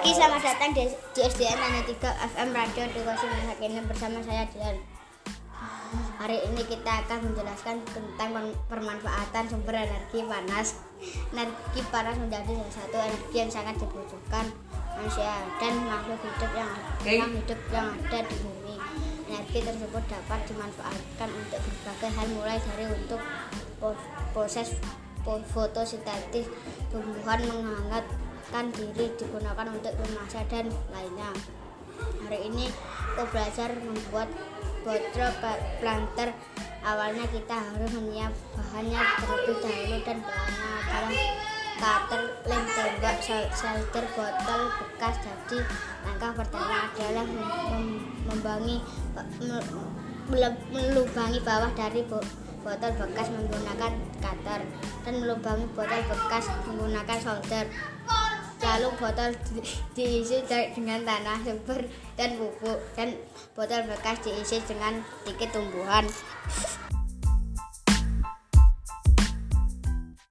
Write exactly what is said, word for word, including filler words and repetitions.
pagi, selamat datang di, di S D N Tanda tiga F M Radio Dekosi Masakini bersama saya Dian. Hari ini kita akan menjelaskan tentang permanfaatan sumber energi panas. Energi panas menjadi salah satu energi yang sangat dibutuhkan manusia dan makhluk hidup yang, yang hidup yang ada di bumi. Energi tersebut dapat dimanfaatkan untuk berbagai hal, mulai dari untuk proses fotosintesis tumbuhan, menghangatkan diri, digunakan untuk memasak dan lainnya. Hari ini aku belajar membuat botol planter. Awalnya kita harus menyiap bahannya terlebih dahulu, dan bahannya adalah cutter, lem tembak, solder, botol bekas. Jadi langkah pertama adalah membangi melubangi bawah dari botol bekas menggunakan cutter dan melubangi botol bekas menggunakan solder. Lalu botol di, diisi dengan tanah, subur dan pupuk, dan botol bekas diisi dengan sedikit tumbuhan.